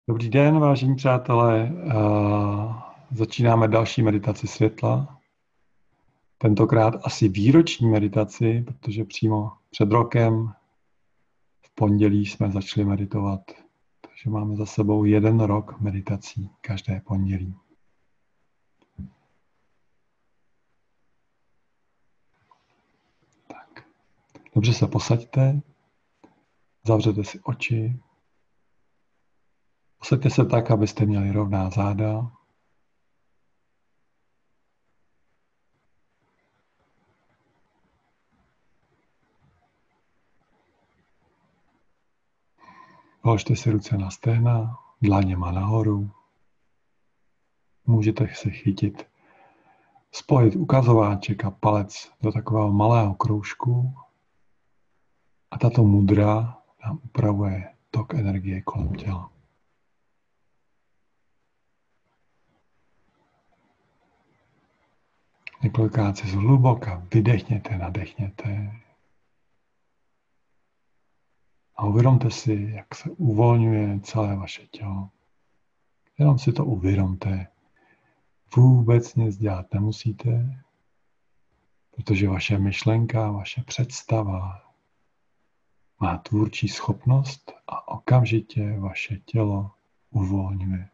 Dobrý den, vážení přátelé. Začínáme další meditaci světla. Tentokrát asi výroční meditaci, protože přímo před rokem v pondělí jsme začali meditovat. Takže máme za sebou 1 rok meditací každé pondělí. Tak. Dobře se posaďte, zavřete si oči. Posaďte se tak, abyste měli rovná záda. Položte si ruce na stehna, dlaněma nahoru. Můžete se chytit, spojit ukazováček a palec do takového malého kroužku a tato mudra nám upravuje tok energie kolem těla. Několikrát si zhluboka vydechněte, nadechněte a uvědomte si, jak se uvolňuje celé vaše tělo. Jenom si to uvědomte. Vůbec nic dělat nemusíte, protože vaše myšlenka, vaše představa má tvůrčí schopnost a okamžitě vaše tělo uvolňuje.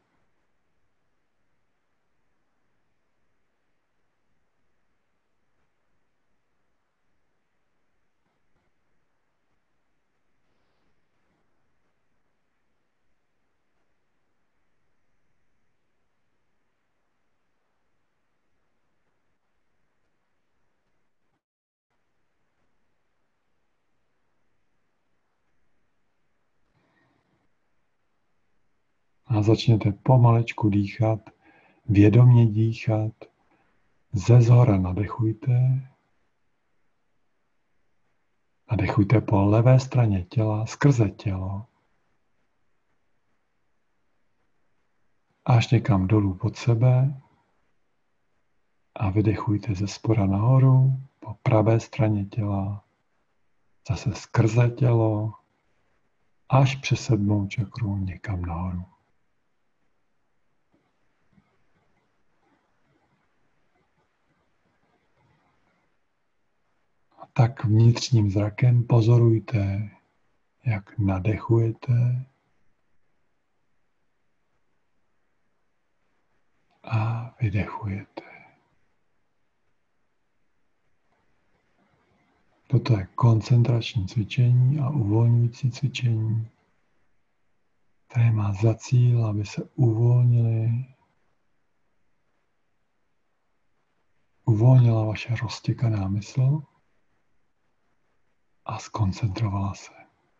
A začněte pomalečku dýchat, vědomě dýchat, ze zhora nadechujte. Nadechujte po levé straně těla, skrze tělo. Až někam dolů pod sebe a vydechujte ze spoda nahoru po pravé straně těla, zase skrze tělo, až přes 7. čakru někam nahoru. A tak vnitřním zrakem pozorujte, jak nadechujete a vydechujete. Toto je koncentrační cvičení a uvolňující cvičení, které má za cíl, aby se uvolnila vaše roztěkaná mysl a zkoncentrovala se.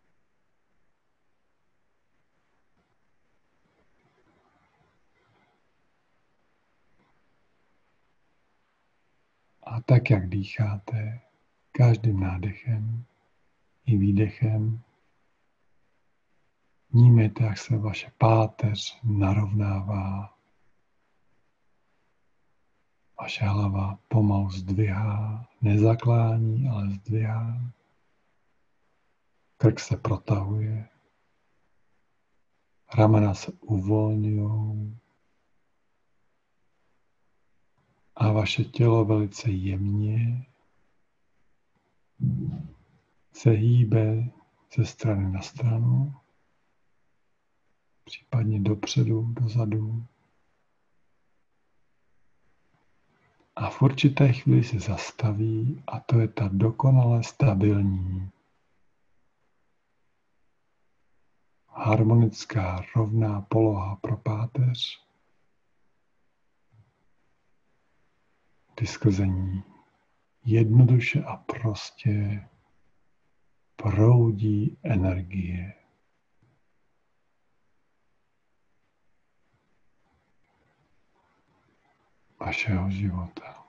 A tak, jak dýcháte, každým nádechem i výdechem vnímejte, jak se vaše páteř narovnává. Vaše hlava pomalu zdvihá, nezaklání, ale zdvihá. Krk se protahuje. Ramena se uvolňují. A vaše tělo velice jemně se hýbe ze strany na stranu, případně dopředu, dozadu. A v určité chvíli se zastaví a to je ta dokonale stabilní, harmonická, rovná poloha pro páteř, kdy skrze ní jednoduše a prostě proudí energie. Vašeho života.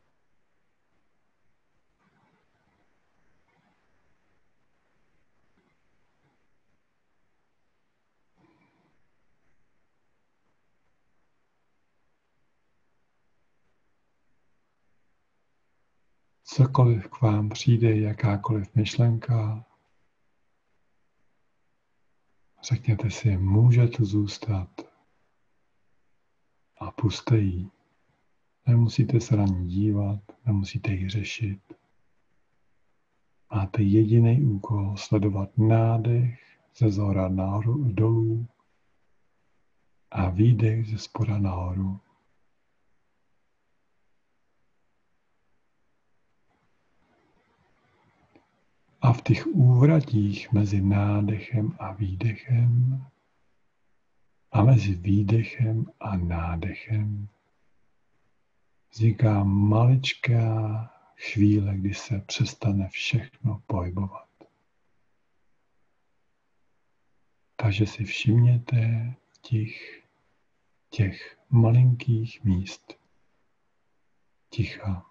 Cokoliv k vám přijde, jakákoliv myšlenka, Řekněte si, může tu zůstat a pusťte ji. Nemusíte se na ní dívat, nemusíte ji řešit. Máte jediný úkol sledovat nádech ze zhora nahoru dolů a výdech ze spoda nahoru. A v těch úvratích mezi nádechem a výdechem a mezi výdechem a nádechem vzniká maličká chvíle, kdy se přestane všechno pohybovat. Takže si všimněte těch malinkých míst ticha.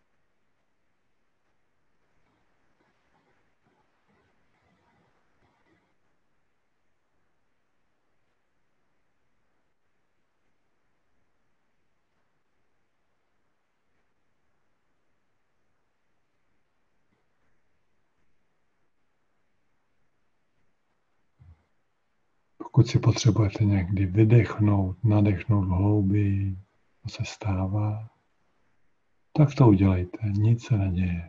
Pokud si potřebujete někdy vydechnout, nadechnout hlouběji, to se stává, tak to udělejte, nic se neděje.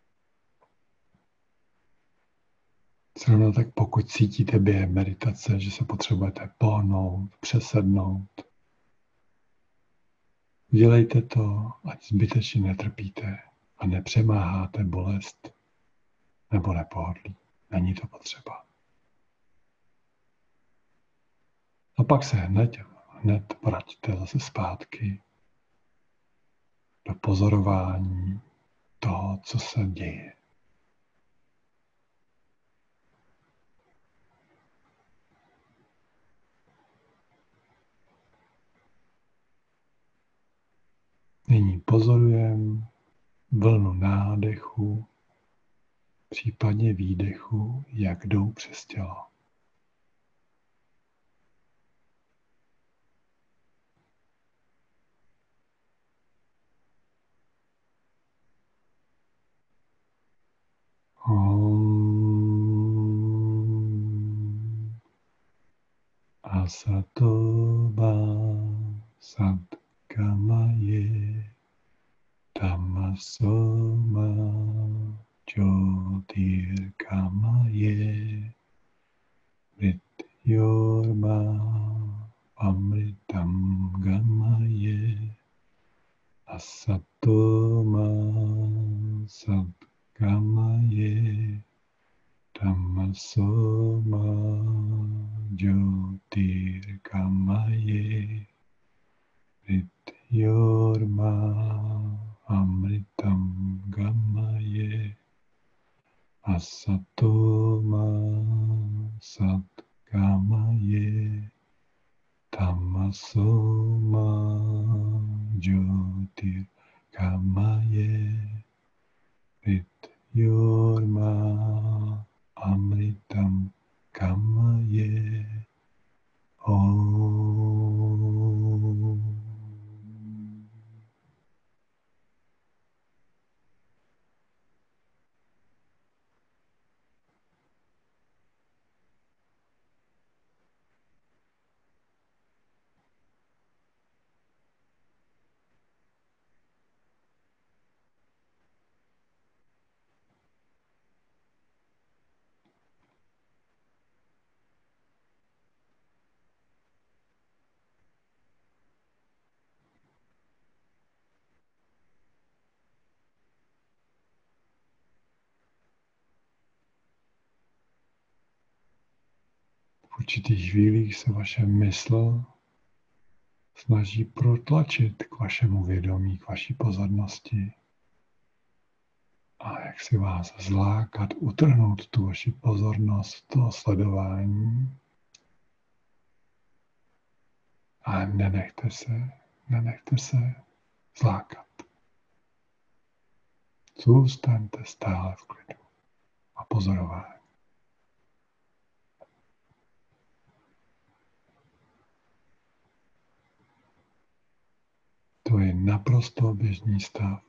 Zrovna tak pokud cítíte během meditace, že se potřebujete pohnout, přesednout, udělejte to, ať zbytečně netrpíte a nepřemáháte bolest nebo nepohodlí. Není to potřeba. A pak se hned vraťte zase zpátky do pozorování toho, co se děje. Nyní pozorujeme vlnu nádechu, případně výdechu, jak jdou přes tělo. Asato ma satgamaye tamaso ma jyotirgamaye mrityorma amritam gamaye asato ma satgamaye tamaso ma jyotirgamaye mrityorma amritam gamaye asato ma satgamaye tamaso ma jyotirgamaye mrityorma amritam gamaye. Om. V určitých chvílích se vaše mysl snaží protlačit k vašemu vědomí, k vaší pozornosti. A jak si vás zlákat, utrhnout tu vaši pozornost, toho sledování. A nenechte se zlákat. Zůstaňte stále v klidu a pozorování. To je naprosto běžný stav.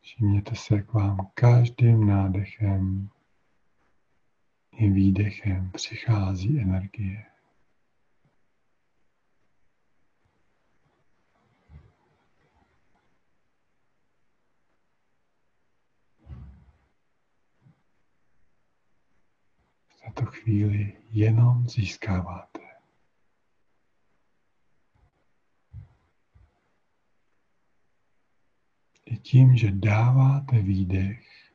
Všimněte se, jak vám každým nádechem i výdechem přichází energie. V této chvíli jenom získáváte. I tím, že dáváte výdech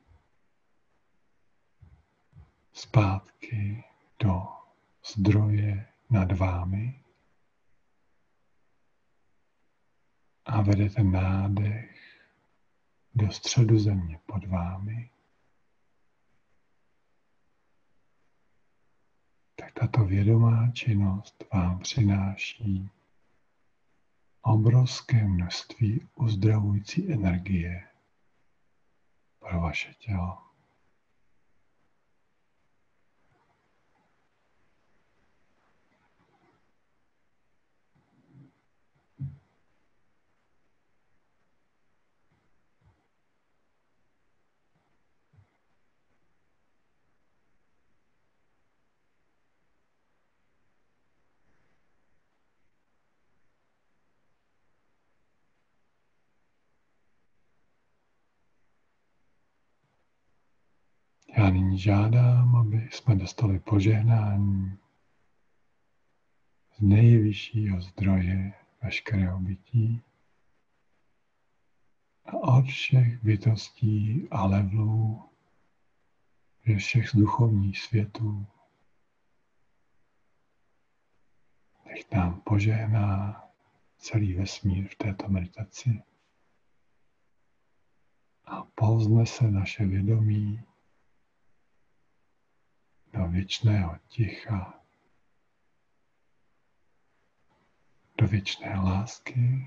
zpátky do zdroje nad vámi a vedete nádech do středu země pod vámi, tak tato vědomá činnost vám přináší obrovské množství uzdravující energie pro vaše tělo. Já nyní žádám, aby jsme dostali požehnání z nejvyššího zdroje veškerého bytí a od všech bytostí a levelů ze všech duchovních světů. Nech nám požehná celý vesmír v této meditaci a povznese naše vědomí do věčného ticha, do věčné lásky,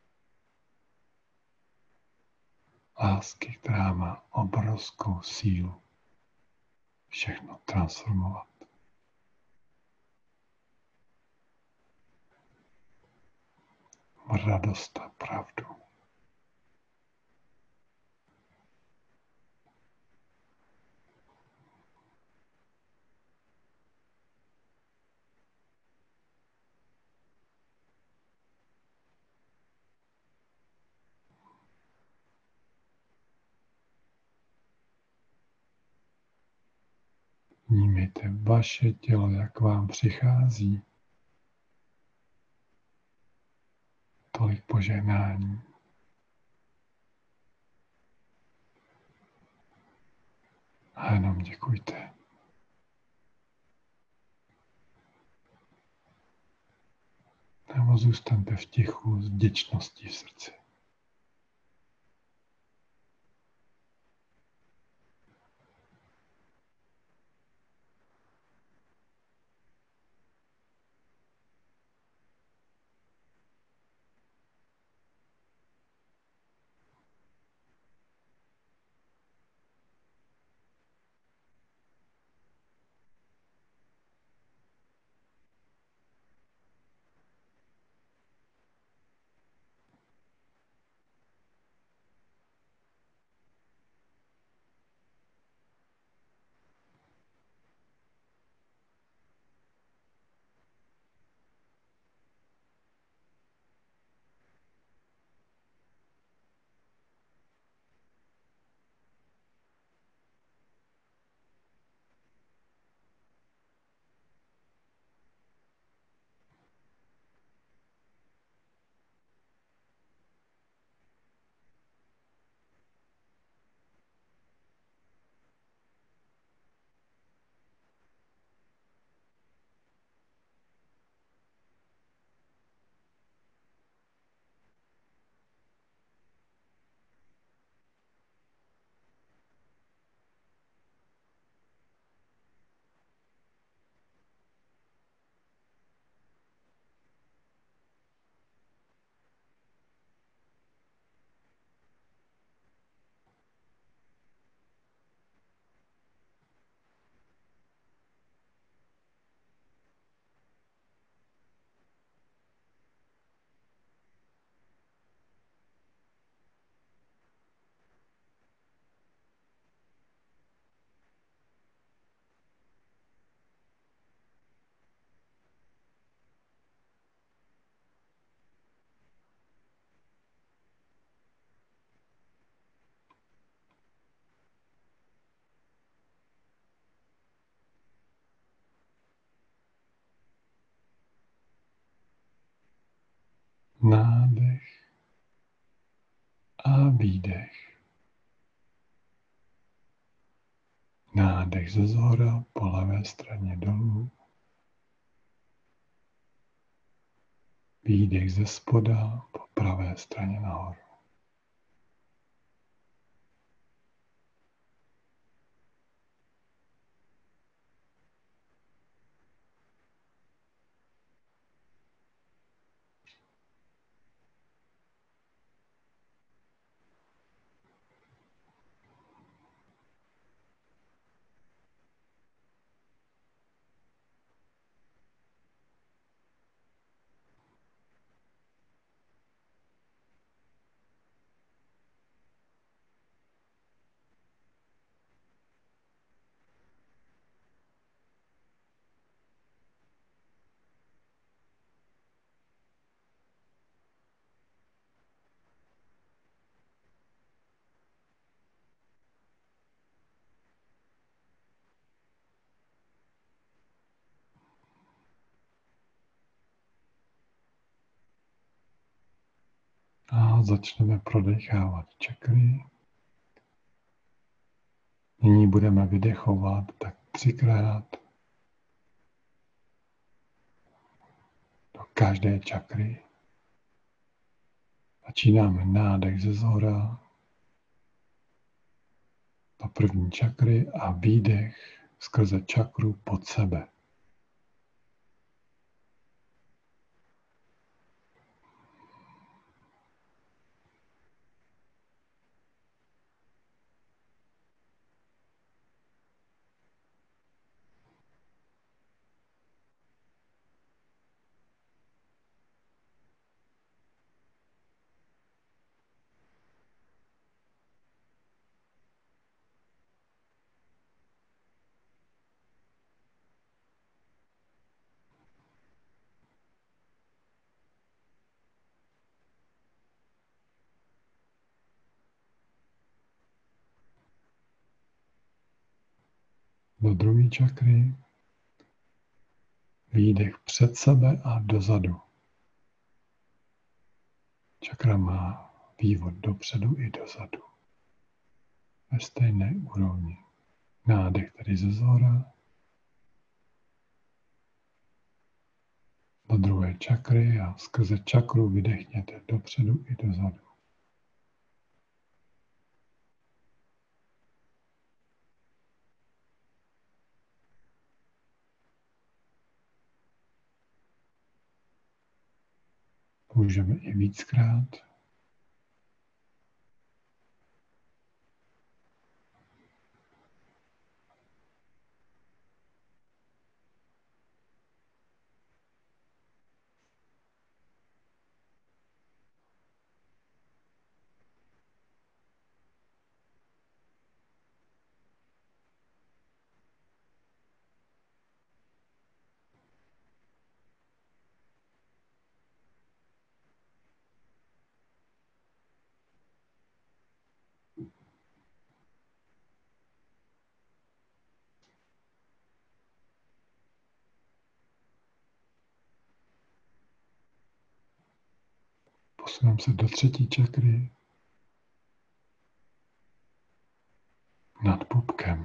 lásky, která má obrovskou sílu všechno transformovat. Radost a pravdu. Vnímejte vaše tělo, jak vám přichází tolik požehnání. A jenom děkujte. Nebo zůstaňte v tichu s vděčností v srdci. Nádech a výdech. Nádech ze zhora po levé straně dolů. Výdech ze spoda po pravé straně nahoru. A začneme prodechávat čakry. Nyní budeme vydechovat tak 3krát do každé čakry. Začínáme nádech ze zhora do první čakry a výdech skrze čakru pod sebe. Do druhé čakry výdech před sebe a dozadu. Čakra má vývod dopředu i dozadu. Ve stejné úrovni. Nádech tedy ze zhora do druhé čakry a skrze čakru vydechněte dopředu i dozadu. Můžeme i víckrát. Posuneme se do třetí čakry nad pupkem.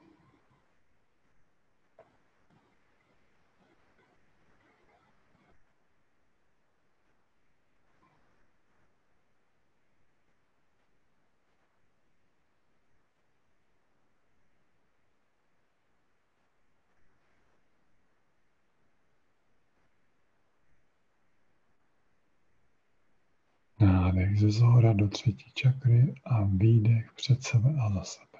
Nádech ze zhora do třetí čakry a výdech před sebe a za sebe.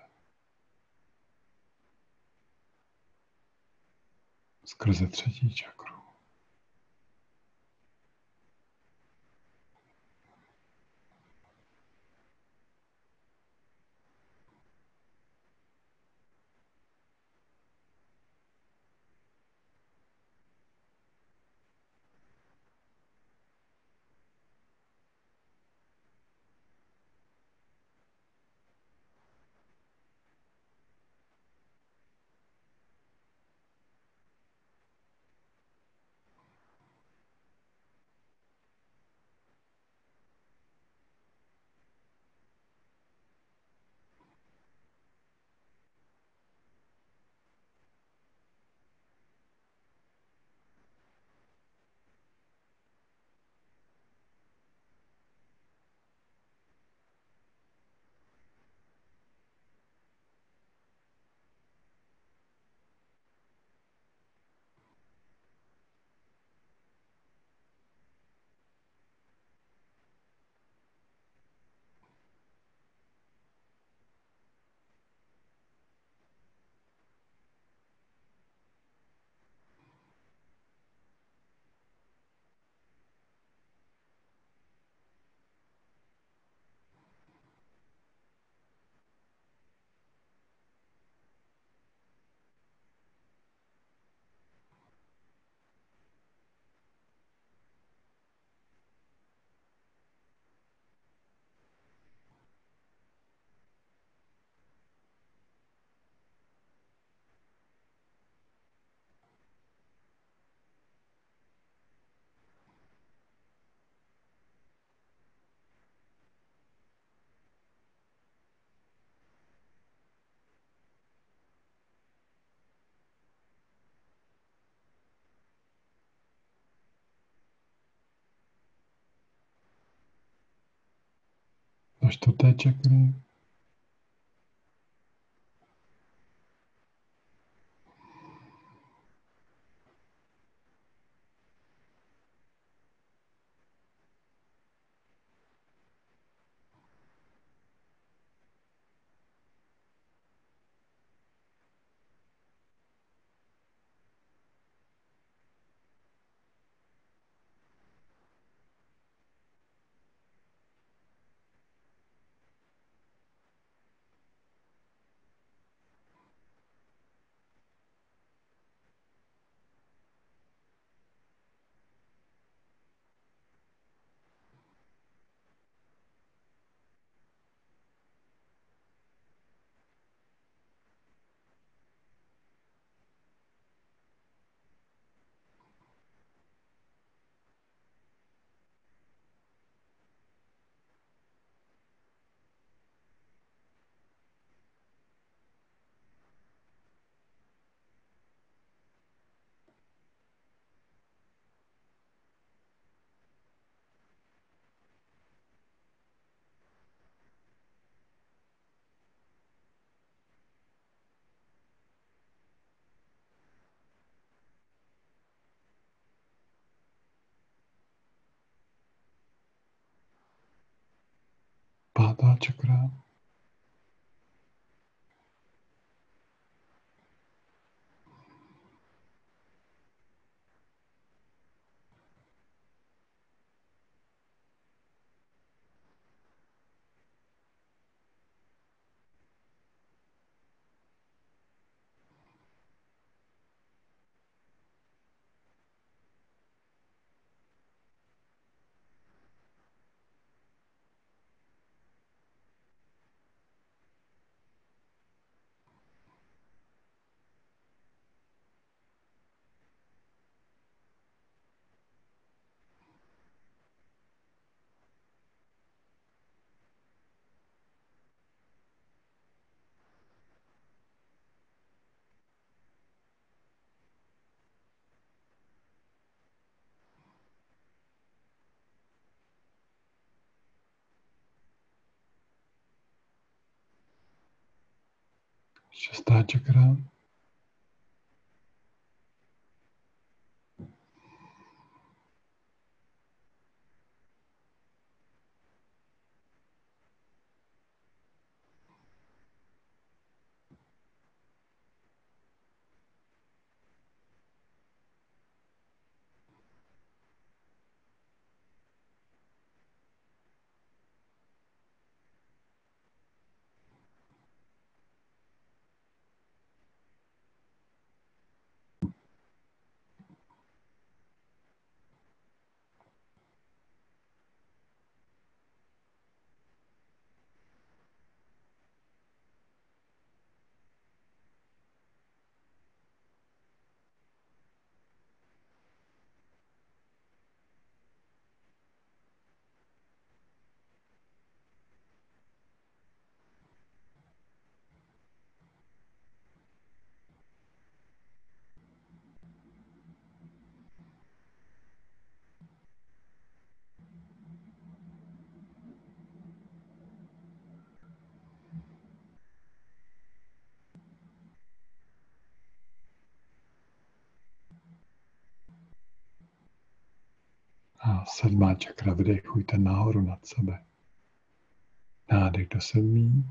Skrze třetí čakru. do čtvrté čakry. Pátá čakra. Šestá čakra. A sedmá čakra. Vydechujte nahoru nad sebe. Nádech do sedmý.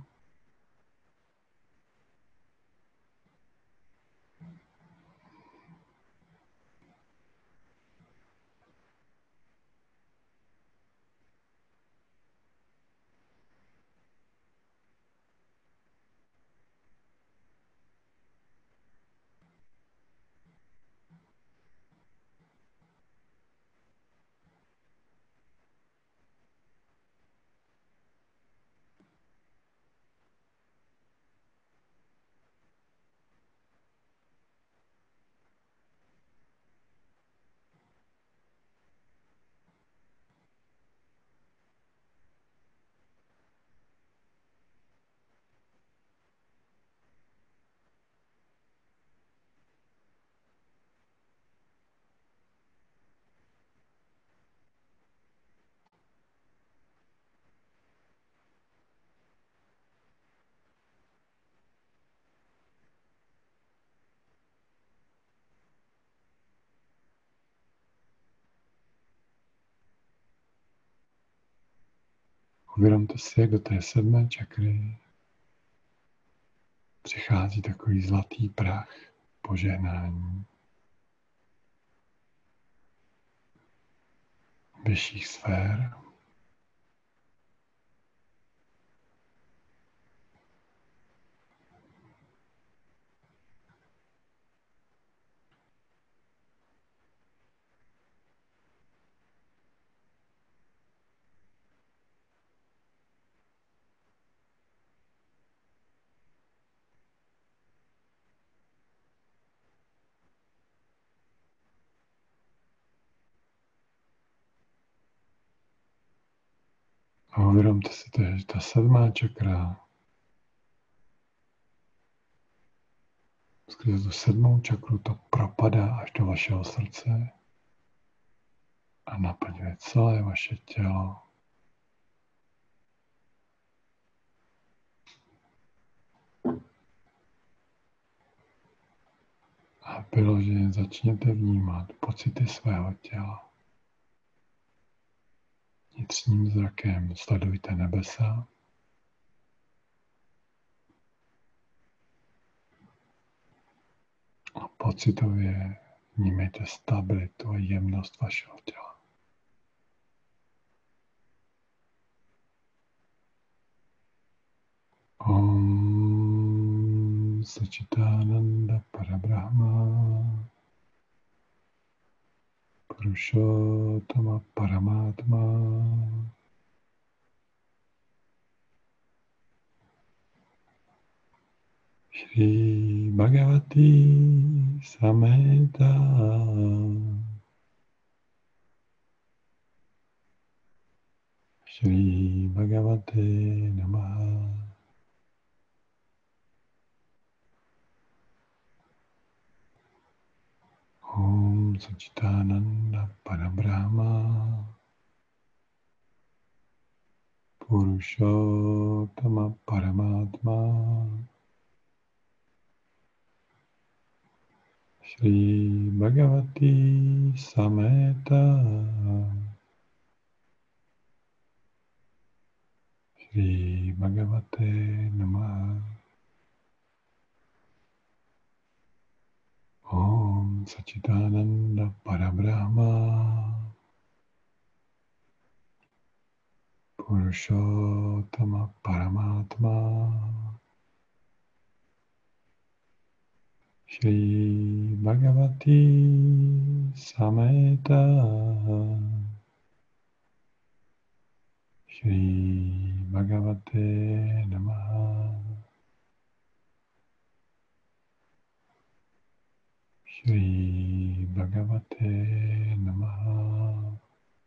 Uvědomte si, jak do té 7. čakry přichází takový zlatý prach požehnání vyšších sfér. A uvědomte si to, že ta 7. čakra skrze tu 7. čakru to propadá až do vašeho srdce a naplňuje celé vaše tělo. A vyloženě začněte vnímat pocity svého těla. Vnitřním zrakem sledujte nebesa. A pocitově vnímejte stabilitu a jemnost vašeho těla. Om Sačidananda Parabrahma Purushottama Paramatma Shri Bhagavati Sameta Shri Bhagavate Namaha. Om Sachidananda Parabrahma Purushottama Paramatma Shri Bhagavati Sameta Shri Bhagavate Namaha. Om Sachidananda Parabrahma Purushottama Paramatma Shri Bhagavati Sameta Shri Bhagavate Namaha. Shri Bhagavate Namaha.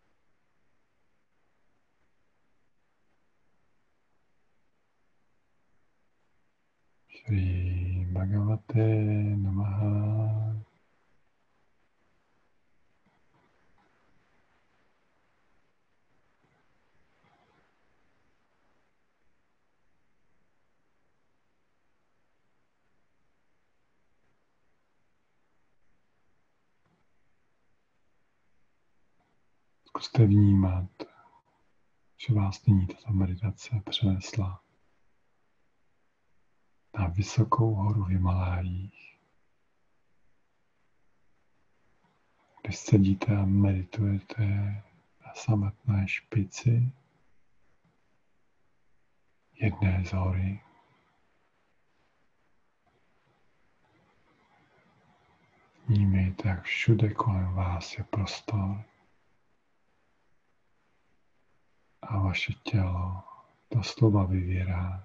Shri Bhagavate Namaha. Zkuste vnímat, že vás nyní tato meditace přenesla na vysokou horu v Himalájích, kde sedíte a meditujete na samotné špici jedné z hory. Vnímejte, jak všude kolem vás je prostor a vaše tělo doslova vyvírá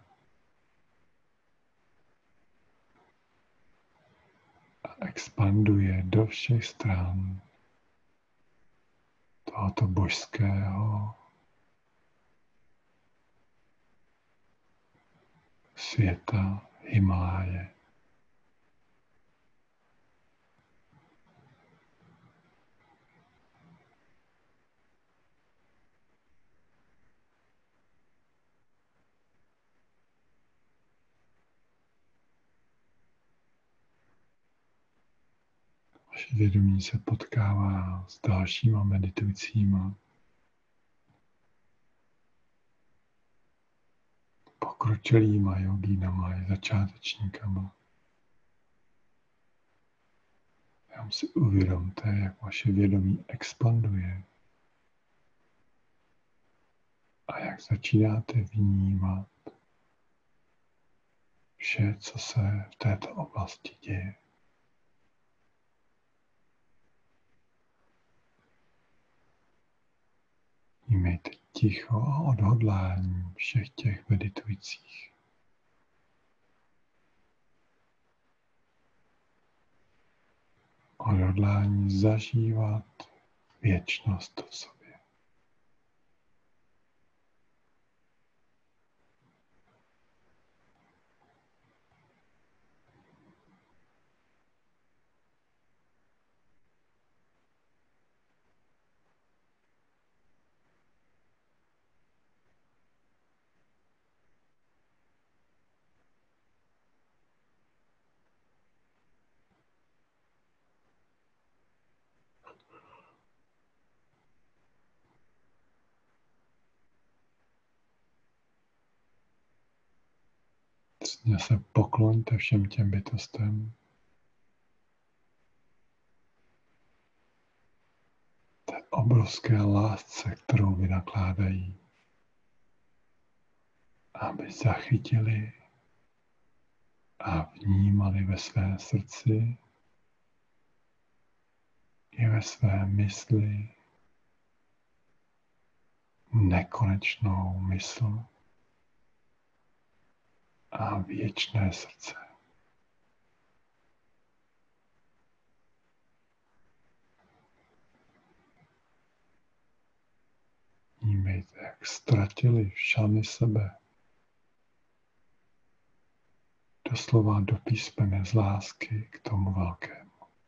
a expanduje do všech stran tohoto božského světa Himaláje. Vaše vědomí se potkává s dalšíma meditujícíma. pokročilýma jogínama i začátečníkama. Jenom si uvědomte, jak vaše vědomí expanduje a jak začínáte vnímat vše, co se v této oblasti děje. Vnímejte ticho a odhodlání všech těch meditujících. Odhodlání zažívat věčnost v sobě. Ctně se pokloňte všem těm bytostem. Té obrovské lásce, kterou vynakládají, aby zachytili a vnímali ve svém srdci i ve své mysli nekonečnou mysl a věčné srdce. Vnímejte, jak ztratili sami sebe. Doslova do písmene z lásky k tomu velkému.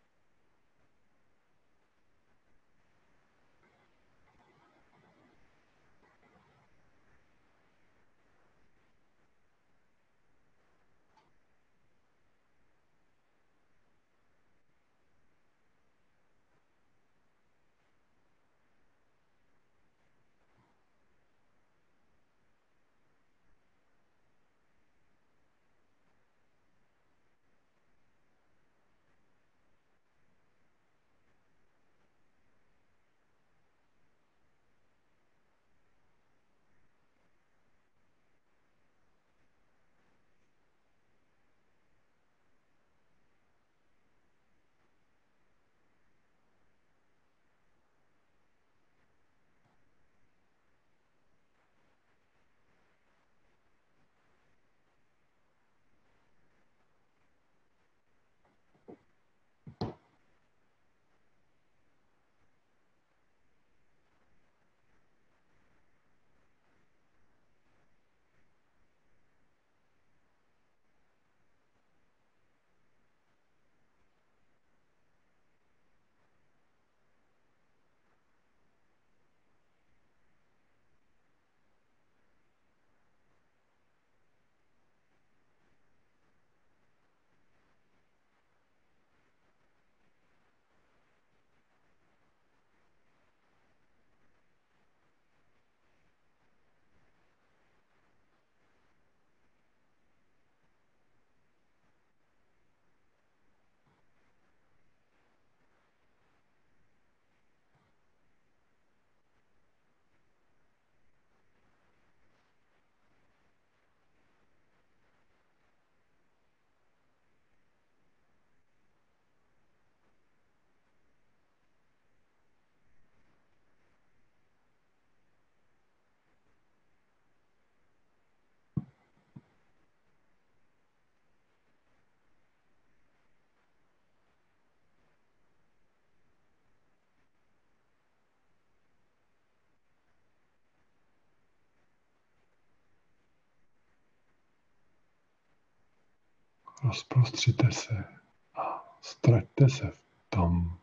Rozprostřete se a ztraťte se v tom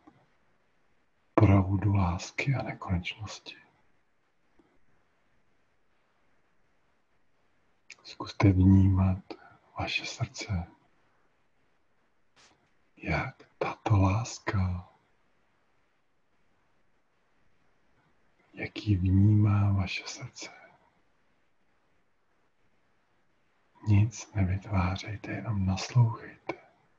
proudu lásky a nekonečnosti. Zkuste vnímat vaše srdce, jak tato láska, jak ji vnímá vaše srdce. Nic nevytvářejte, jenom naslouchejte.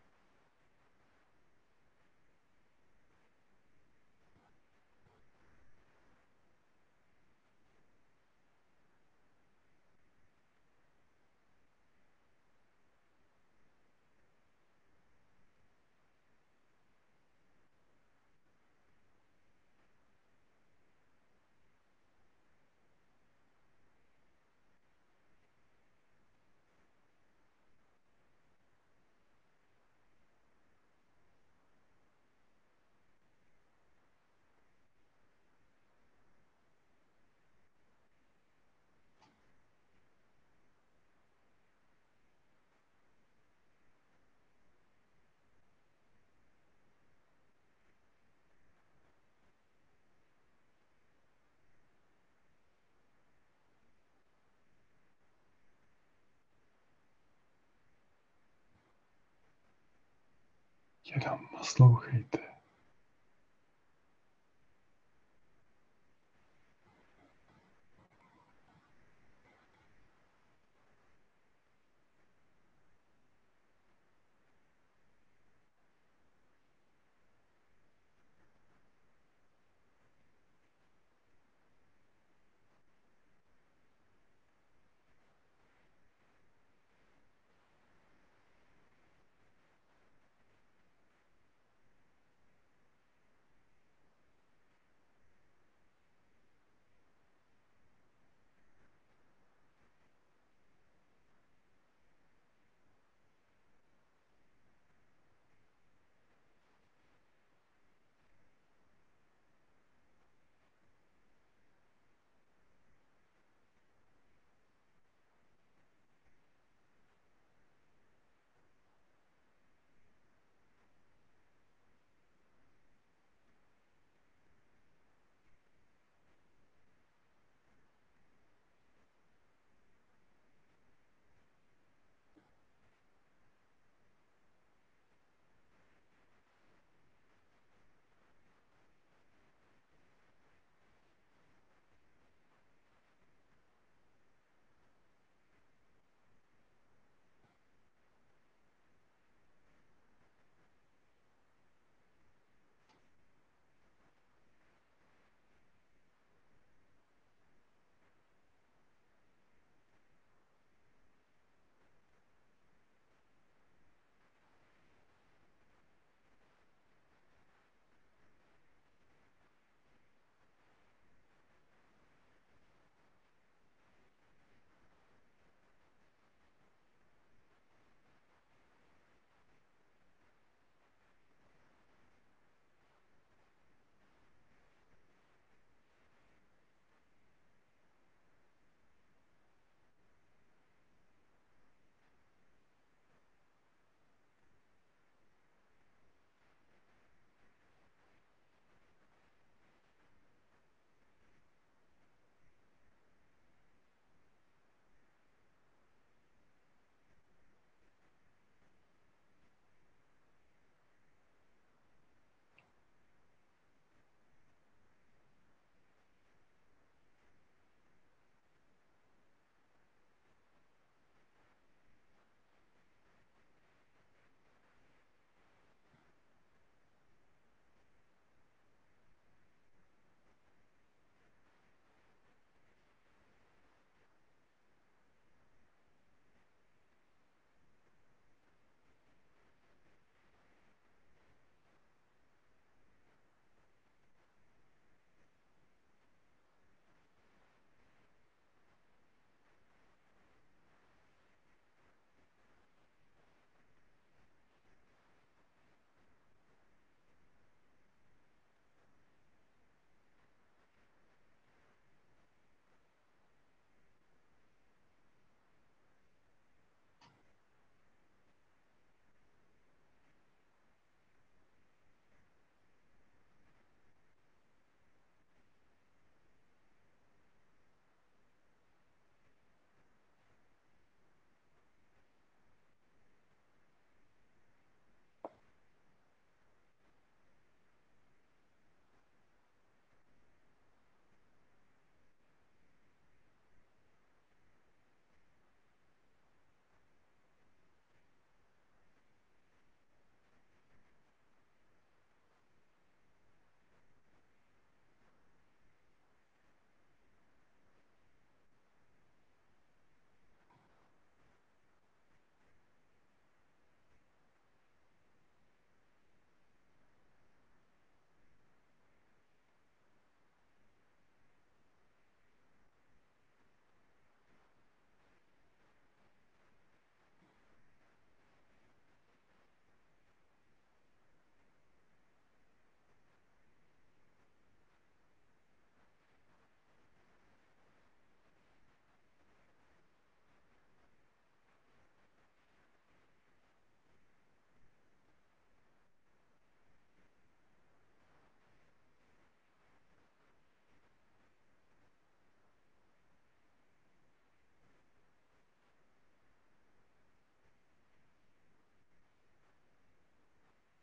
Jenom naslouchejte.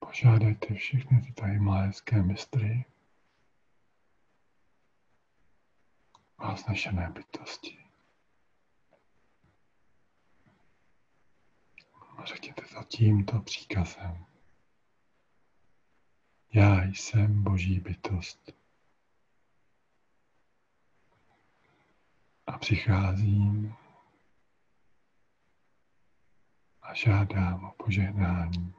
Požádejte všechny tyto himalajské mistry a vznešené bytosti. A řekněte to tímto příkazem. Já jsem Boží bytost. A přicházím a žádám o požehnání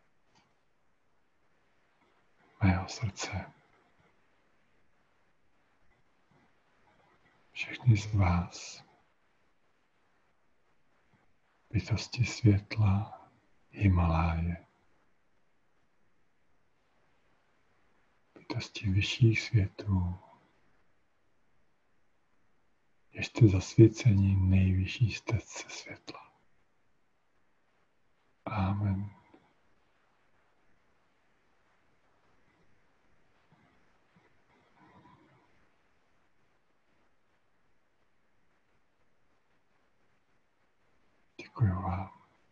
mého srdce. Všechny z vás, bytosti světla, Himaláje, bytosti vyšších světů, jste zasvěcení nejvyšší stezce světla. Amen. Děkuji vám.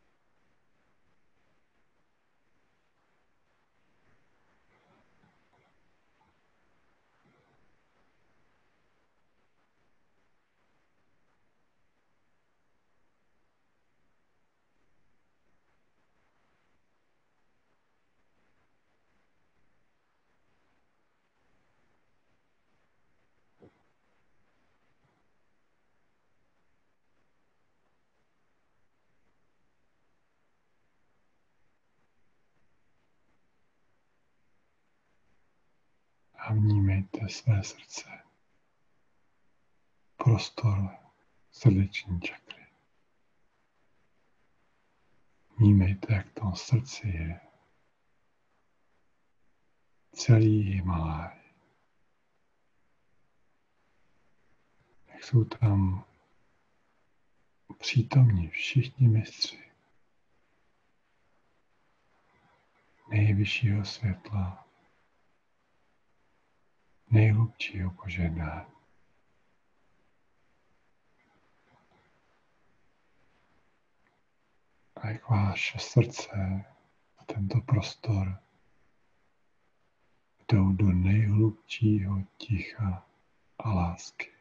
A vnímejte své srdce. Prostor srdeční čakry. Vnímejte, jak v tom srdci je celý Himalaj. Jak jsou tam přítomní všichni mistři nejvyššího světla, nejhlubšího požehnání. A jak vaše srdce a tento prostor jdou do nejhlubšího ticha a lásky.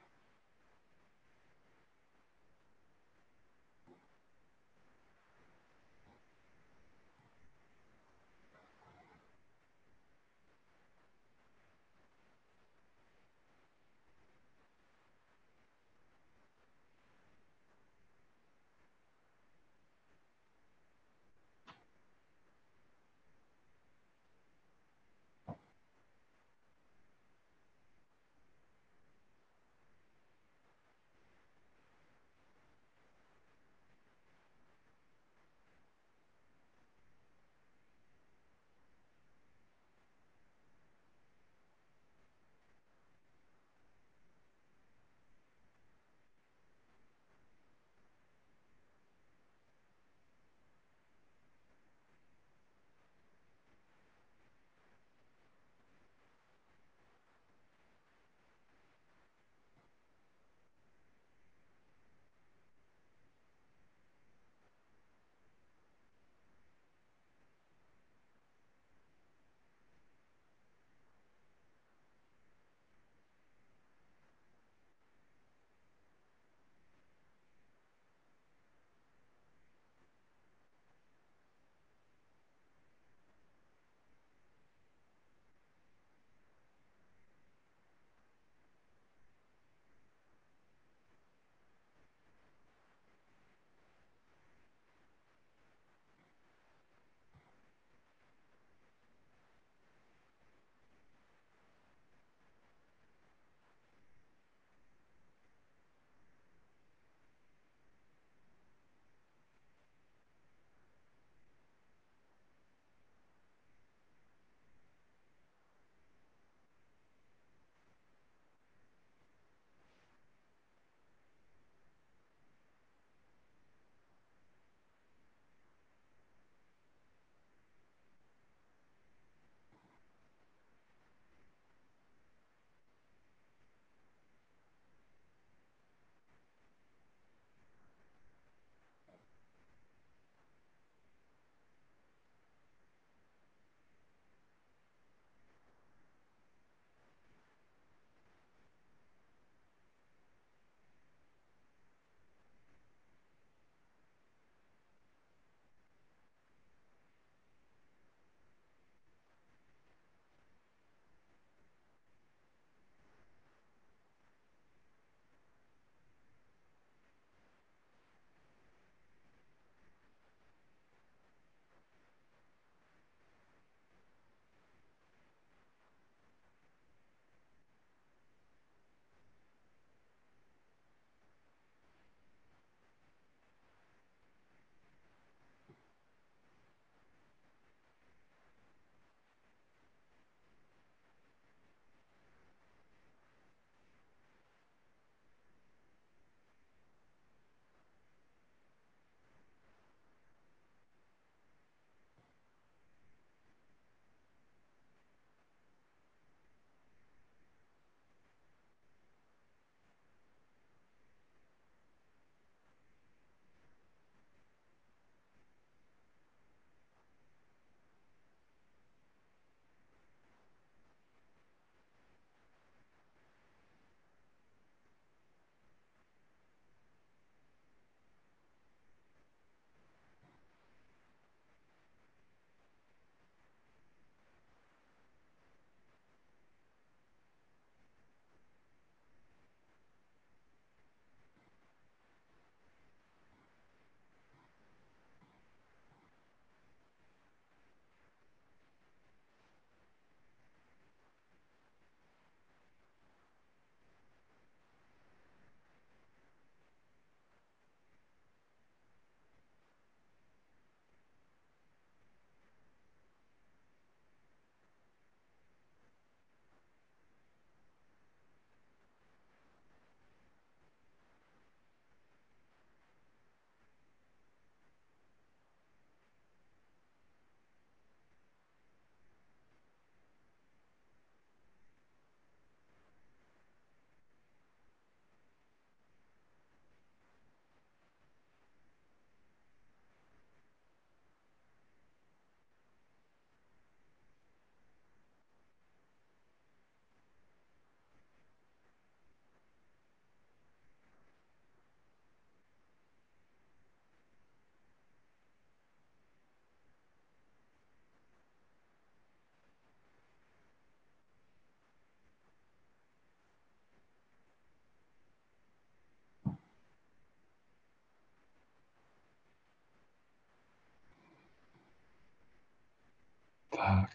Tak.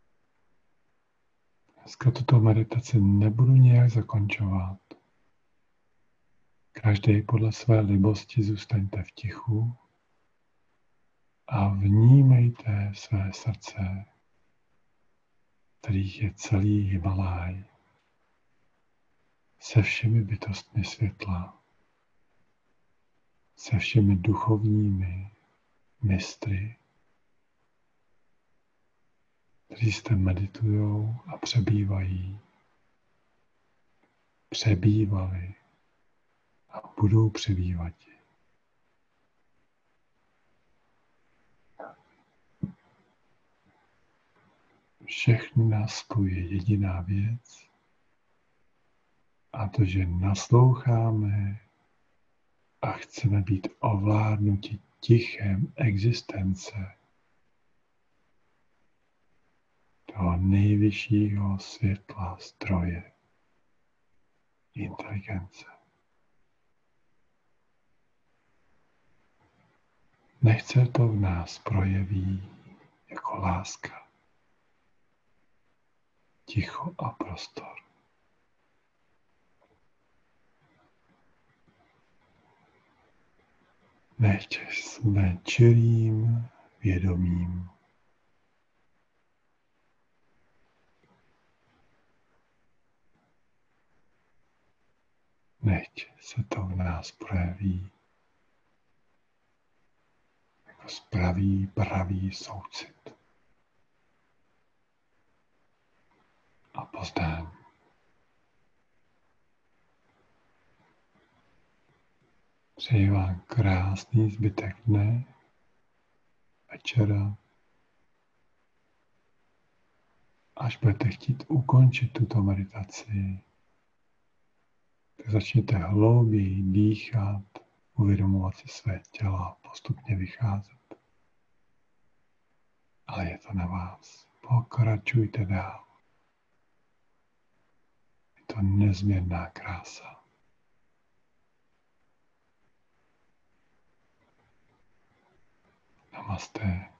Dneska tuto meditaci nebudu nějak zakončovat. Každý podle své libosti zůstaňte v tichu a vnímejte své srdce, kterých je celý Himalaj, se všemi bytostmi světla, se všemi duchovními mistry, kteří zde meditujou a přebývají, přebývali a budou přebývat. Všechny nás spojuje jediná věc, a to, že nasloucháme a chceme být ovládnuti tichem existence toho nejvyššího světla zdroje inteligence. Nechce to v nás projeví jako láska, ticho a prostor. Nechť jsme čirým vědomím. Nechť se to v nás projeví jako pravý soucit a poznání. Přeji vám krásný zbytek dne, večera. Až budete chtít ukončit tuto meditaci, tak začněte hlouběji dýchat, uvědomovat si své těla, postupně vycházet. Ale je to na vás. Pokračujte dál. Je to nezměrná krása. Namaste.